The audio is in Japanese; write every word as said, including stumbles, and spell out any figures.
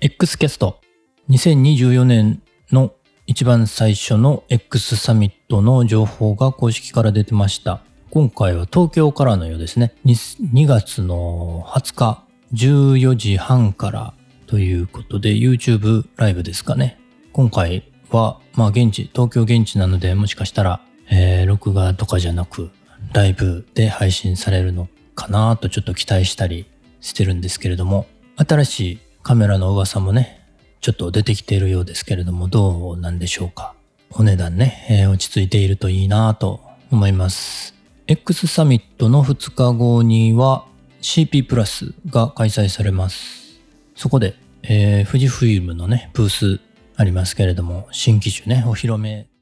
X キャストにせんにじゅうよねんの一番最初の X サミットの情報が公式から出てました。今回は東京からのようですね。にがつのはつかじゅうよじはんからということで YouTube ライブですかね。今回はまあ現地、東京現地なのでもしかしたら、えー、録画とかじゃなくライブで配信されるのかなとちょっと期待したりしてるんですけれども、新しいカメラの噂もねちょっと出てきているようですけれども、どうなんでしょうか。お値段ね、えー、落ち着いているといいなと思います。 X サミットのふつかごには シーピー プラスが開催されます。そこで、えー、富士フイルムのねブースありますけれども、新機種ねお披露目